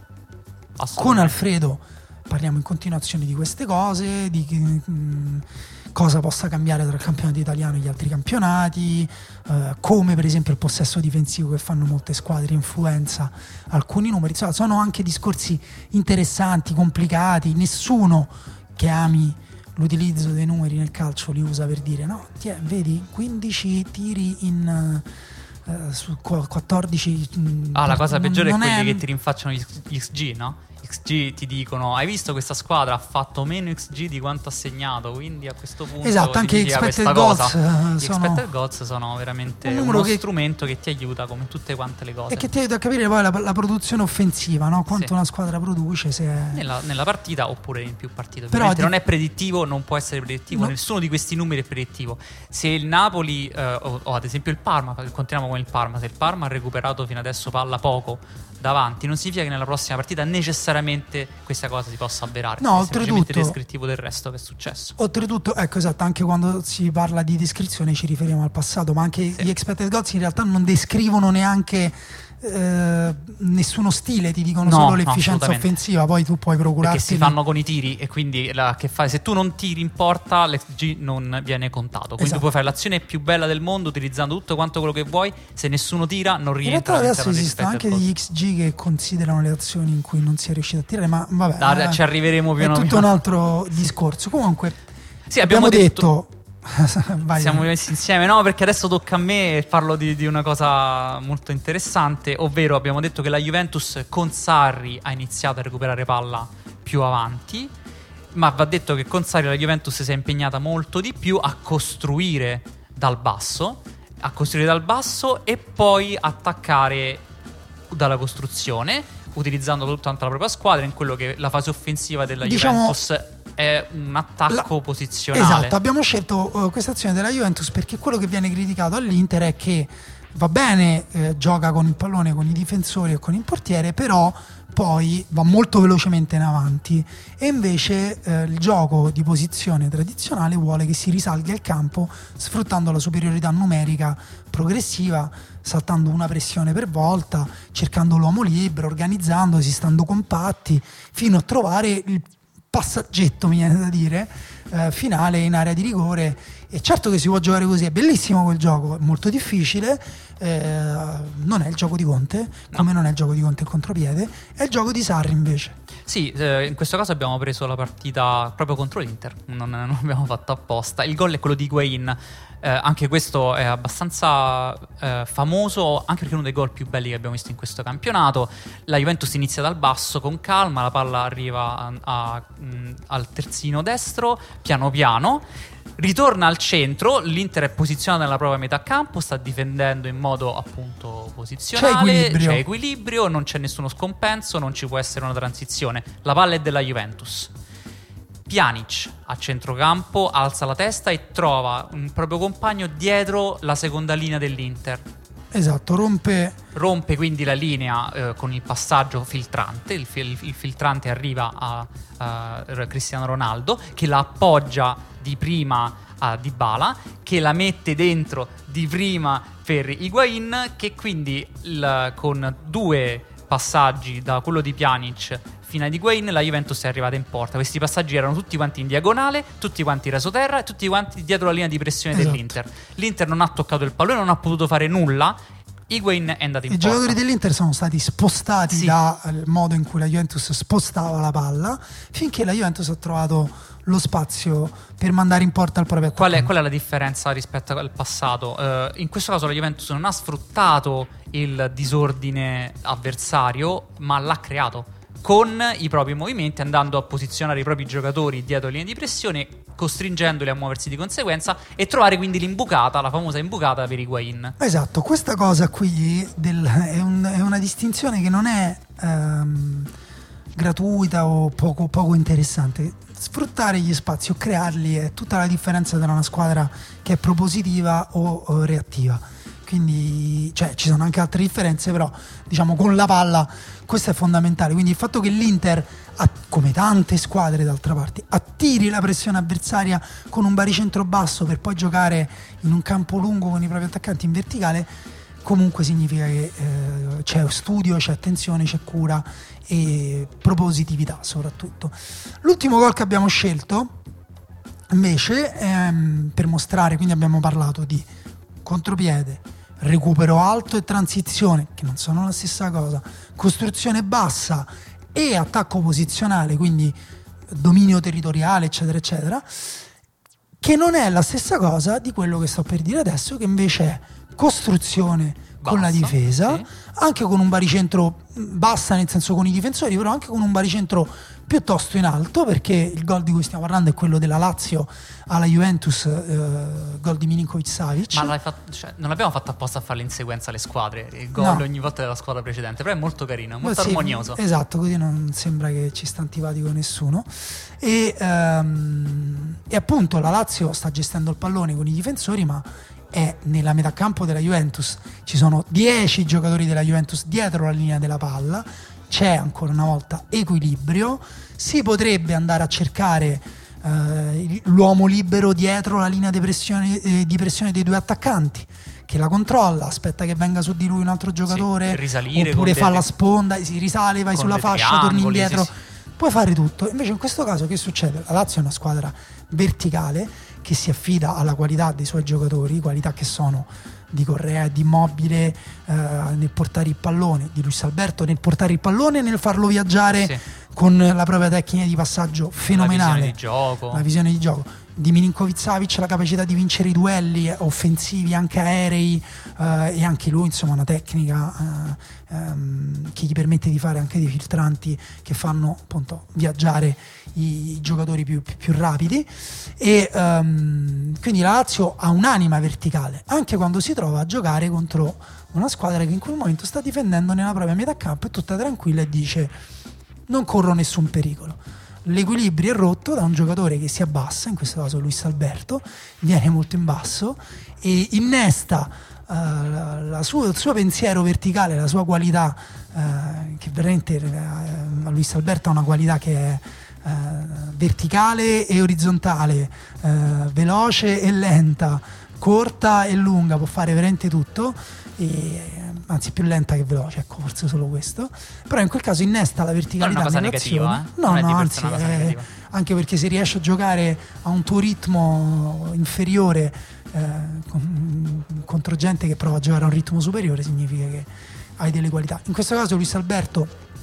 con Alfredo parliamo in continuazione di queste cose, di mh, cosa possa cambiare tra il campionato italiano e gli altri campionati, eh, come per esempio il possesso difensivo che fanno molte squadre influenza alcuni numeri. Insomma, sono anche discorsi interessanti, complicati. Nessuno che ami l'utilizzo dei numeri nel calcio li usa per dire no, tiè, vedi quindici tiri in uh, su quattordici. Ah, la cosa peggiore è quelli è... che ti rinfacciano gli X G, no? X G ti dicono hai visto questa squadra ha fatto meno X G di quanto ha segnato, quindi a questo punto esatto, anche gli expected goals cosa. Gli sono expected goals sono veramente un uno che, strumento che ti aiuta come tutte quante le cose e che ti aiuta a capire poi la, la produzione offensiva, no? Quanto sì. una squadra produce se è... nella, nella partita oppure in più partite. Però ovviamente di... non è predittivo, non può essere predittivo, no. Nessuno di questi numeri è predittivo. Se il Napoli eh, o, o ad esempio il Parma, continuiamo con il Parma, se il Parma ha recuperato fino adesso palla poco davanti, non significa che nella prossima partita necessariamente questa cosa si possa avverare. No, è semplicemente oltretutto descrittivo del resto che è successo. Oltretutto, ecco, esatto, anche quando si parla di descrizione ci riferiamo al passato, ma anche sì. Gli expected goals in realtà non descrivono neanche eh, nessuno stile, ti dicono no, solo l'efficienza no, offensiva, poi tu puoi procurarti. Perché si fanno con i tiri e quindi la, che fai, se tu non tiri in porta l'X G non viene contato, quindi esatto. Tu puoi fare l'azione più bella del mondo utilizzando tutto quanto quello che vuoi, se nessuno tira non rientra. In realtà adesso esistono anche degli X G che considerano le azioni in cui non si è riuscito a tirare, ma vabbè, da, ci arriveremo più è tutto piano. Un altro discorso. Comunque sì, abbiamo, abbiamo detto, detto Vai, siamo vai. messi insieme, no? Perché adesso tocca a me parlo di, di una cosa molto interessante, ovvero abbiamo detto che la Juventus con Sarri ha iniziato a recuperare palla più avanti, ma va detto che con Sarri la Juventus si è impegnata molto di più a costruire dal basso, a costruire dal basso e poi attaccare dalla costruzione, utilizzando tutta la propria squadra in quello che la fase offensiva della diciamo, Juventus è un attacco la, posizionale. Esatto, abbiamo scelto uh, questa azione della Juventus perché quello che viene criticato all'Inter è che va bene, eh, gioca con il pallone, con i difensori e con il portiere, però poi va molto velocemente in avanti e invece eh, il gioco di posizione tradizionale vuole che si risalga il campo sfruttando la superiorità numerica progressiva, saltando una pressione per volta, cercando l'uomo libero, organizzandosi, stando compatti fino a trovare il passaggetto, mi viene da dire, eh, finale in area di rigore. E certo che si può giocare così, è bellissimo quel gioco, è molto difficile, eh, non è il gioco di Conte, come no. Non è il gioco di Conte il contropiede, è il gioco di Sarri invece. Sì, eh, in questo caso abbiamo preso la partita proprio contro l'Inter, non, non abbiamo fatto apposta. Il gol è quello di Higuaín, eh, anche questo è abbastanza eh, famoso, anche perché è uno dei gol più belli che abbiamo visto in questo campionato. La Juventus inizia dal basso con calma, la palla arriva a, a, mh, al terzino destro, piano piano, ritorna al centro, l'Inter è posizionato nella propria metà campo, sta difendendo in modo appunto posizionale, c'è equilibrio. c'è equilibrio, non c'è nessuno scompenso, non ci può essere una transizione. La palla è della Juventus. Pjanic a centrocampo alza la testa e trova un proprio compagno dietro la seconda linea dell'Inter. Esatto, rompe rompe quindi la linea eh, con il passaggio filtrante, il, fil- il filtrante arriva a, a Cristiano Ronaldo che la appoggia di prima a Dybala, che la mette dentro di prima per Higuaín, che quindi il, con due passaggi da quello di Pjanic fino ad Higuaín la Juventus è arrivata in porta. Questi passaggi erano tutti quanti in diagonale, tutti quanti rasoterra e tutti quanti dietro la linea di pressione esatto. dell'Inter. L'Inter non ha toccato il pallone, non ha potuto fare nulla. Higuaín è andato in I porta. giocatori dell'Inter sono stati spostati sì. dal modo in cui la Juventus spostava la palla, finché la Juventus ha trovato lo spazio per mandare in porta il proprio attaccante. Qual è, qual è la differenza rispetto al passato? Uh, in questo caso la Juventus non ha sfruttato il disordine avversario, ma l'ha creato con i propri movimenti, andando a posizionare i propri giocatori dietro la linea di pressione, costringendoli a muoversi di conseguenza e trovare quindi l'imbucata, la famosa imbucata per Higuaín. Esatto, questa cosa qui del, è, un, è una distinzione che non è ehm, gratuita o poco, poco interessante. Sfruttare gli spazi o crearli è tutta la differenza tra una squadra che è propositiva o, o reattiva. Quindi cioè, ci sono anche altre differenze, però diciamo con la palla questo è fondamentale. Quindi il fatto che l'Inter, come tante squadre d'altra parte, attiri la pressione avversaria con un baricentro basso per poi giocare in un campo lungo con i propri attaccanti in verticale, comunque significa che eh, c'è studio, c'è attenzione, c'è cura e propositività soprattutto. L'ultimo gol che abbiamo scelto invece ehm, per mostrare, quindi abbiamo parlato di contropiede, recupero alto e transizione, che non sono la stessa cosa, costruzione bassa e attacco posizionale, quindi dominio territoriale eccetera eccetera, che non è la stessa cosa di quello che sto per dire adesso, che invece è costruzione, bassa. con la difesa, sì. anche con un baricentro bassa, nel senso con i difensori, però anche con un baricentro piuttosto in alto, perché il gol di cui stiamo parlando è quello della Lazio alla Juventus, eh, gol di Milinkovic-Savic. Ma l'hai fatto, cioè, non l'abbiamo fatto apposta a farle in sequenza le squadre, il gol No. ogni volta della squadra precedente, però è molto carino, è molto Sì, armonioso. Esatto, così non sembra che ci sta antipatico nessuno. E, ehm, e appunto la Lazio sta gestendo il pallone con i difensori, ma è nella metà campo della Juventus, ci sono dieci giocatori della Juventus dietro la linea della palla, c'è ancora una volta equilibrio, si potrebbe andare a cercare eh, l'uomo libero dietro la linea di pressione, eh, di pressione dei due attaccanti, che la controlla, aspetta che venga su di lui un altro giocatore, Sì, risalire oppure con fa dei- la sponda, si risale, vai con sulla dei fascia, torni triangoli, indietro, sì, puoi fare tutto. Invece in questo caso che succede? La Lazio è una squadra verticale che si affida alla qualità dei suoi giocatori, qualità che sono di Correa e di Immobile eh, nel portare il pallone, di Luis Alberto nel portare il pallone e nel farlo viaggiare Sì. con la propria tecnica di passaggio fenomenale, La visione di gioco. la visione di gioco di Milinkovic-Savic, la capacità di vincere i duelli offensivi anche aerei, eh, e anche lui insomma una tecnica eh, ehm, che gli permette di fare anche dei filtranti che fanno appunto viaggiare i, i giocatori più, più, più rapidi, e ehm, quindi la Lazio ha un'anima verticale anche quando si trova a giocare contro una squadra che in quel momento sta difendendo nella propria metà campo, è tutta tranquilla e dice non corro nessun pericolo. L'equilibrio è rotto da un giocatore che si abbassa, in questo caso Luis Alberto, viene molto in basso e innesta uh, la, la sua, il suo pensiero verticale, la sua qualità, uh, che veramente uh, Luis Alberto ha una qualità che è uh, verticale e orizzontale, uh, veloce e lenta, corta e lunga, può fare veramente tutto, e, anzi più lenta che veloce, ecco, forse solo questo, però in quel caso innesta la verticalità Non è una cosa nell'azione. negativa, eh? No, Non è di no, per anzi sé una cosa è- negativa. anche perché se riesci a giocare a un tuo ritmo inferiore eh, con- contro gente che prova a giocare a un ritmo superiore, significa che hai delle qualità. In questo caso Luis Alberto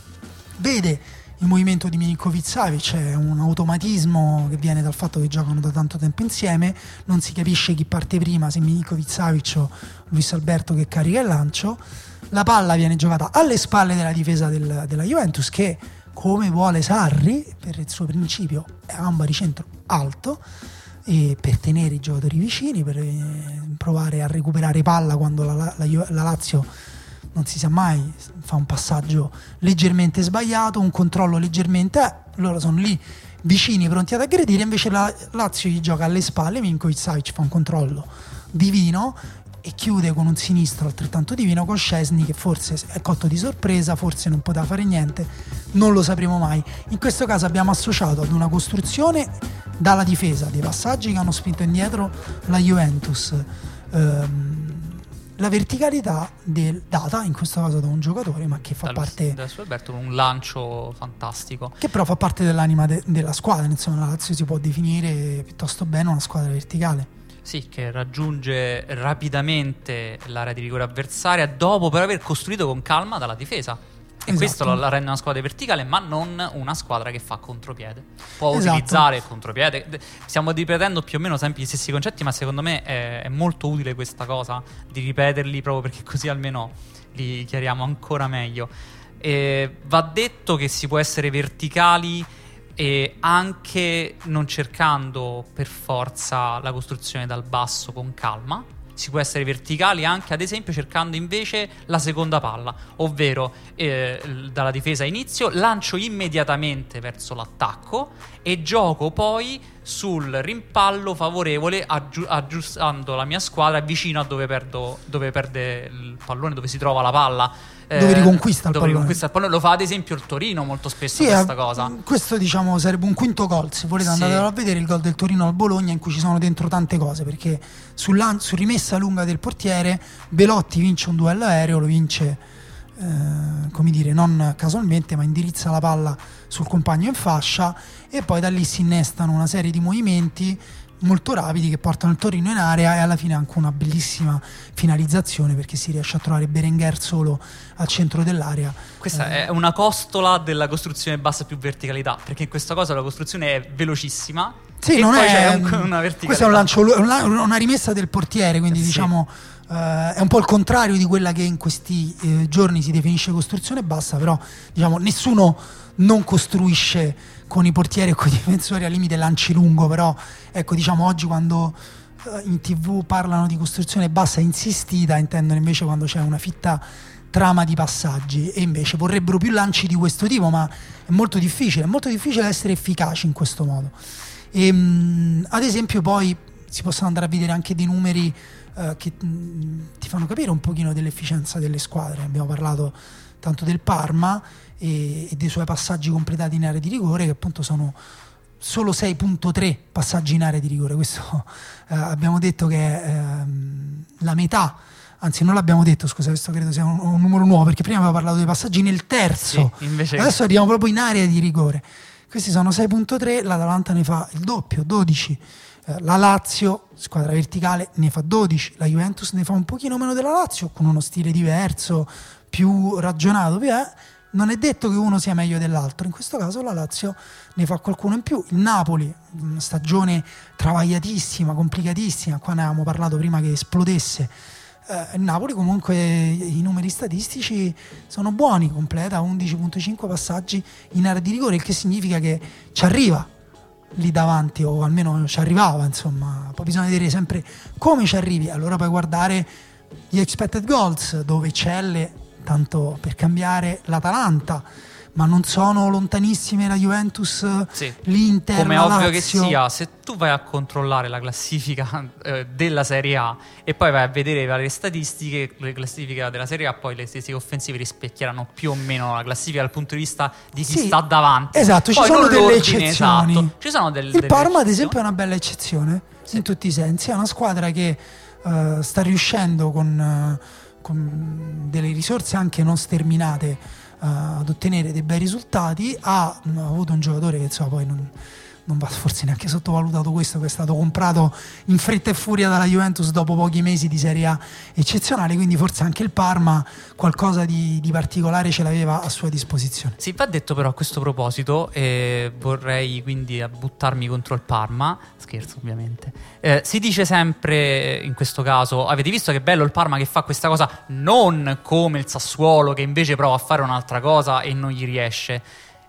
vede il movimento di Milinkovic-Savic, è un automatismo che viene dal fatto che giocano da tanto tempo insieme, non si capisce chi parte prima, se Milinkovic-Savic o Luis Alberto che carica il lancio. La palla viene giocata alle spalle della difesa del- della Juventus, che come vuole Sarri per il suo principio ha un baricentro alto, e per tenere i giocatori vicini, per eh, provare a recuperare palla quando la, la, la, la Lazio non si sa mai, fa un passaggio leggermente sbagliato, un controllo leggermente, eh, loro sono lì vicini pronti ad aggredire, invece la Lazio gli gioca alle spalle, Milinkovic-Savic fa un controllo divino e chiude con un sinistro altrettanto divino con Szczesny, che forse è colto di sorpresa, forse non poteva fare niente, non lo sapremo mai. In questo caso abbiamo associato ad una costruzione dalla difesa, dei passaggi che hanno spinto indietro la Juventus, ehm, la verticalità del, data in questo caso da un giocatore, ma che fa Dal- parte, da su Alberto con un lancio fantastico. che però fa parte dell'anima de- della squadra. Insomma, la Lazio si può definire piuttosto bene una squadra verticale. Sì, che raggiunge rapidamente l'area di rigore avversaria dopo per aver costruito con calma dalla difesa. E Esatto. questo la, la rende una squadra verticale, ma non una squadra che fa contropiede. Può Esatto. utilizzare il contropiede. D- Stiamo ripetendo più o meno sempre gli stessi concetti, ma secondo me è, è molto utile questa cosa di ripeterli, proprio perché così almeno li chiariamo ancora meglio. E va detto che si può essere verticali e anche non cercando per forza la costruzione dal basso con calma. Si può essere verticali anche ad esempio cercando invece la seconda palla, ovvero eh, l- dalla difesa a inizio, lancio immediatamente verso l'attacco e gioco poi sul rimpallo favorevole aggiu- aggiustando la mia squadra vicino a dove, perdo, dove perde il pallone, dove si trova la palla. Dove riconquista il dove pallone. riconquista il pallone. Lo fa ad esempio il Torino molto spesso Sì, questa eh, cosa. questo diciamo sarebbe un quinto gol, se volete Sì. andatelo a vedere, il gol del Torino al Bologna, in cui ci sono dentro tante cose, perché sul, lan- su rimessa lunga del portiere Belotti vince un duello aereo, lo vince eh, come dire non casualmente, ma indirizza la palla sul compagno in fascia, e poi da lì si innestano una serie di movimenti molto rapidi che portano il Torino in area, e alla fine anche una bellissima finalizzazione, perché si riesce a trovare Berenguer solo al centro dell'area. Questa Eh, è una costola della costruzione bassa più verticalità, perché in questa cosa la costruzione è velocissima Sì, e non poi è c'è un, una verticalità. Questo è un lancio, una, una rimessa del portiere, quindi Eh, sì. diciamo eh, è un po' il contrario di quella che in questi eh, giorni si definisce costruzione bassa, però diciamo nessuno non costruisce con i portieri e con i difensori, al limite lanci lungo, però ecco, diciamo oggi quando eh, in tv parlano di costruzione bassa insistita, intendono invece quando c'è una fitta trama di passaggi, e invece vorrebbero più lanci di questo tipo, ma è molto difficile, è molto difficile essere efficaci in questo modo. E, mh, ad esempio poi si possono andare a vedere anche dei numeri eh, che mh, ti fanno capire un pochino dell'efficienza delle squadre. Abbiamo parlato tanto del Parma e, e dei suoi passaggi completati in area di rigore, che appunto sono solo sei virgola tre passaggi in area di rigore. Questo eh, abbiamo detto che è ehm, la metà, anzi non l'abbiamo detto, scusa, questo credo sia un, un numero nuovo, perché prima avevamo parlato dei passaggi nel terzo, Sì, invece... adesso arriviamo proprio in area di rigore. Questi sono sei virgola tre, l'Atalanta ne fa il doppio, dodici, eh, la Lazio, squadra verticale, ne fa dodici, la Juventus ne fa un pochino meno della Lazio, con uno stile diverso, più ragionato, più è. Non è detto che uno sia meglio dell'altro, in questo caso la Lazio ne fa qualcuno in più. Il Napoli, una stagione travagliatissima, complicatissima, qua ne avevamo parlato prima che esplodesse. Eh, il Napoli comunque i numeri statistici sono buoni, completa undici virgola cinque passaggi in area di rigore, il che significa che ci arriva lì davanti, o almeno ci arrivava, insomma. Poi bisogna vedere sempre come ci arrivi, allora puoi guardare gli expected goals, dove eccelle, tanto per cambiare, l'Atalanta, ma non sono lontanissime la Juventus, Sì. l'Inter, come la ovvio Lazio. che sia, se tu vai a controllare la classifica eh, della Serie A e poi vai a vedere le varie statistiche, le classifiche della Serie A, poi le statistiche offensive rispecchieranno più o meno la classifica dal punto di vista di chi Sì, sta davanti. esatto, ci Poi sono non delle l'ordine, eccezioni. esatto. Ci sono del, Il delle Parma ad eccezioni. esempio è una bella eccezione, Sì. in tutti i sensi, è una squadra che uh, sta riuscendo con, uh, con delle risorse anche non sterminate uh, ad ottenere dei bei risultati. Ha, uh, avuto un giocatore che insomma poi non, non va forse neanche sottovalutato, questo, che è stato comprato in fretta e furia dalla Juventus dopo pochi mesi di Serie A eccezionale, quindi forse anche il Parma qualcosa di, di particolare ce l'aveva a sua disposizione. Sì, va detto però a questo proposito, eh, vorrei quindi buttarmi contro il Parma, scherzo ovviamente, eh, si dice sempre in questo caso, avete visto che bello il Parma che fa questa cosa, non come il Sassuolo che invece prova a fare un'altra cosa e non gli riesce.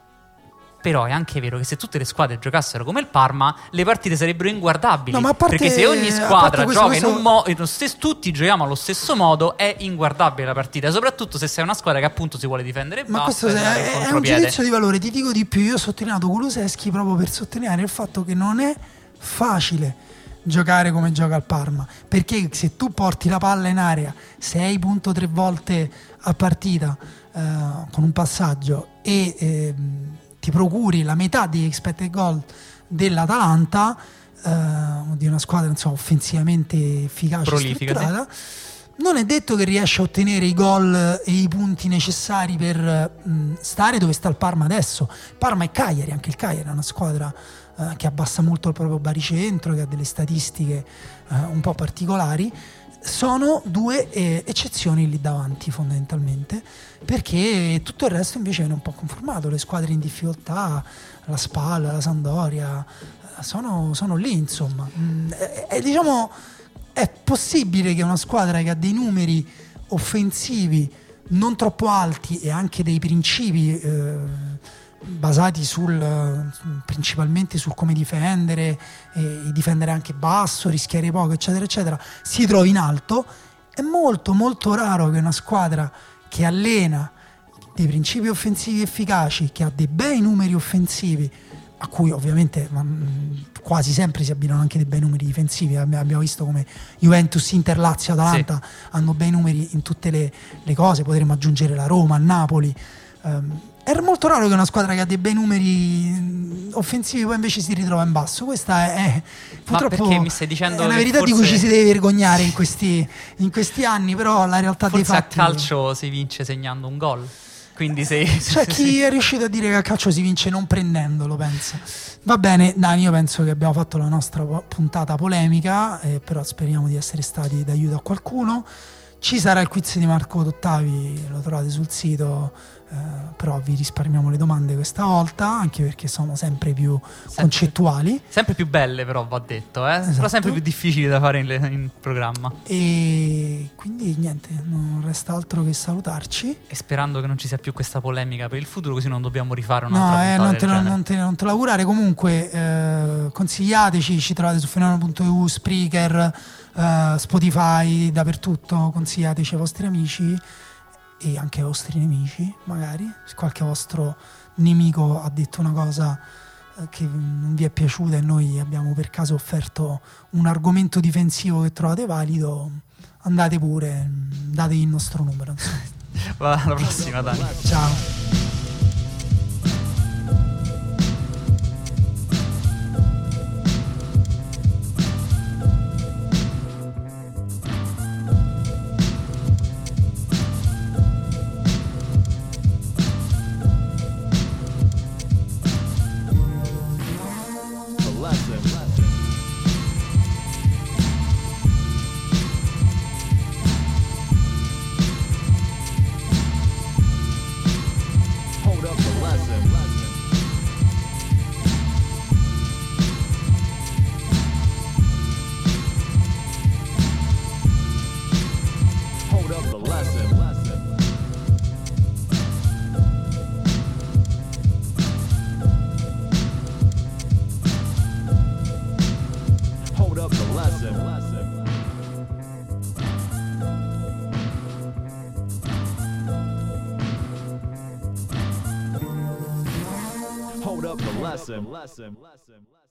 Però è anche vero che se tutte le squadre giocassero come il Parma, le partite sarebbero inguardabili. No, ma a parte- perché se ogni a squadra parte questo- gioca in questo- un modo, tutti giochiamo allo stesso modo, è inguardabile la partita. Soprattutto se sei una squadra che appunto si vuole difendere Ma basso questo e è, dare il è un contropiede. giudizio di valore, ti dico di più, io ho sottolineato Kulusevski proprio per sottolineare il fatto che non è facile giocare come gioca il Parma, perché se tu porti la palla in area sei virgola tre volte a partita eh, con un passaggio e eh, ti procuri la metà di expected goal dell'Atalanta, eh, di una squadra insomma offensivamente efficace, Prolifica, strutturata, non è detto che riesce a ottenere i gol e i punti necessari per mh, stare dove sta il Parma adesso. Parma e Cagliari, anche il Cagliari è una squadra eh, che abbassa molto il proprio baricentro, che ha delle statistiche eh, un po' particolari. Sono due eh, eccezioni lì davanti fondamentalmente, perché tutto il resto invece viene un po' conformato. Le squadre in difficoltà, la Spal, la Sampdoria, eh, sono, sono lì insomma. Mm, è, è, diciamo, è possibile che una squadra che ha dei numeri offensivi non troppo alti e anche dei principi eh, basati sul principalmente sul come difendere, e difendere anche basso, rischiare poco, eccetera eccetera, si trovi in alto. È molto molto raro che una squadra che allena dei principi offensivi efficaci, che ha dei bei numeri offensivi, a cui ovviamente mh, quasi sempre si abbinano anche dei bei numeri difensivi. Abbiamo visto come Juventus, Inter, Lazio, Atalanta sì. hanno bei numeri in tutte le, le cose. Potremmo aggiungere la Roma, il Napoli. Um, è molto raro che una squadra che ha dei bei numeri offensivi poi invece si ritrova in basso. Questa è, è purtroppo perché mi stai dicendo è una verità forse... di cui ci si deve vergognare in questi, in questi anni, però la realtà forse dei fatti... a calcio si vince segnando un gol. Quindi sei... C'è chi è riuscito a dire che a calcio si vince non prendendolo, pensa. Va bene, Dani, io penso che abbiamo fatto la nostra puntata polemica, eh, però speriamo di essere stati d'aiuto a qualcuno. Ci sarà il quiz di Marco Dottavi, lo trovate sul sito, Uh, però vi risparmiamo le domande questa volta, anche perché sono sempre più sempre, concettuali, sempre più belle, però va detto, eh? Esatto. Però sempre più difficili da fare in, in programma. E quindi niente, non resta altro che salutarci E sperando che non ci sia più questa polemica per il futuro, così non dobbiamo rifare un'altra no, eh, puntata non, del te lo, genere. non, te, non te lo augurare. Comunque eh, consigliateci, ci trovate su fenomeno punto e u, Spreaker, eh, Spotify, dappertutto. Consigliateci ai vostri amici e anche ai vostri nemici, magari se qualche vostro nemico ha detto una cosa eh, che non vi è piaciuta e noi abbiamo per caso offerto un argomento difensivo che trovate valido, andate pure, dategli il nostro numero, insomma. Va, alla prossima, Dani. Ciao. Hold up the lesson.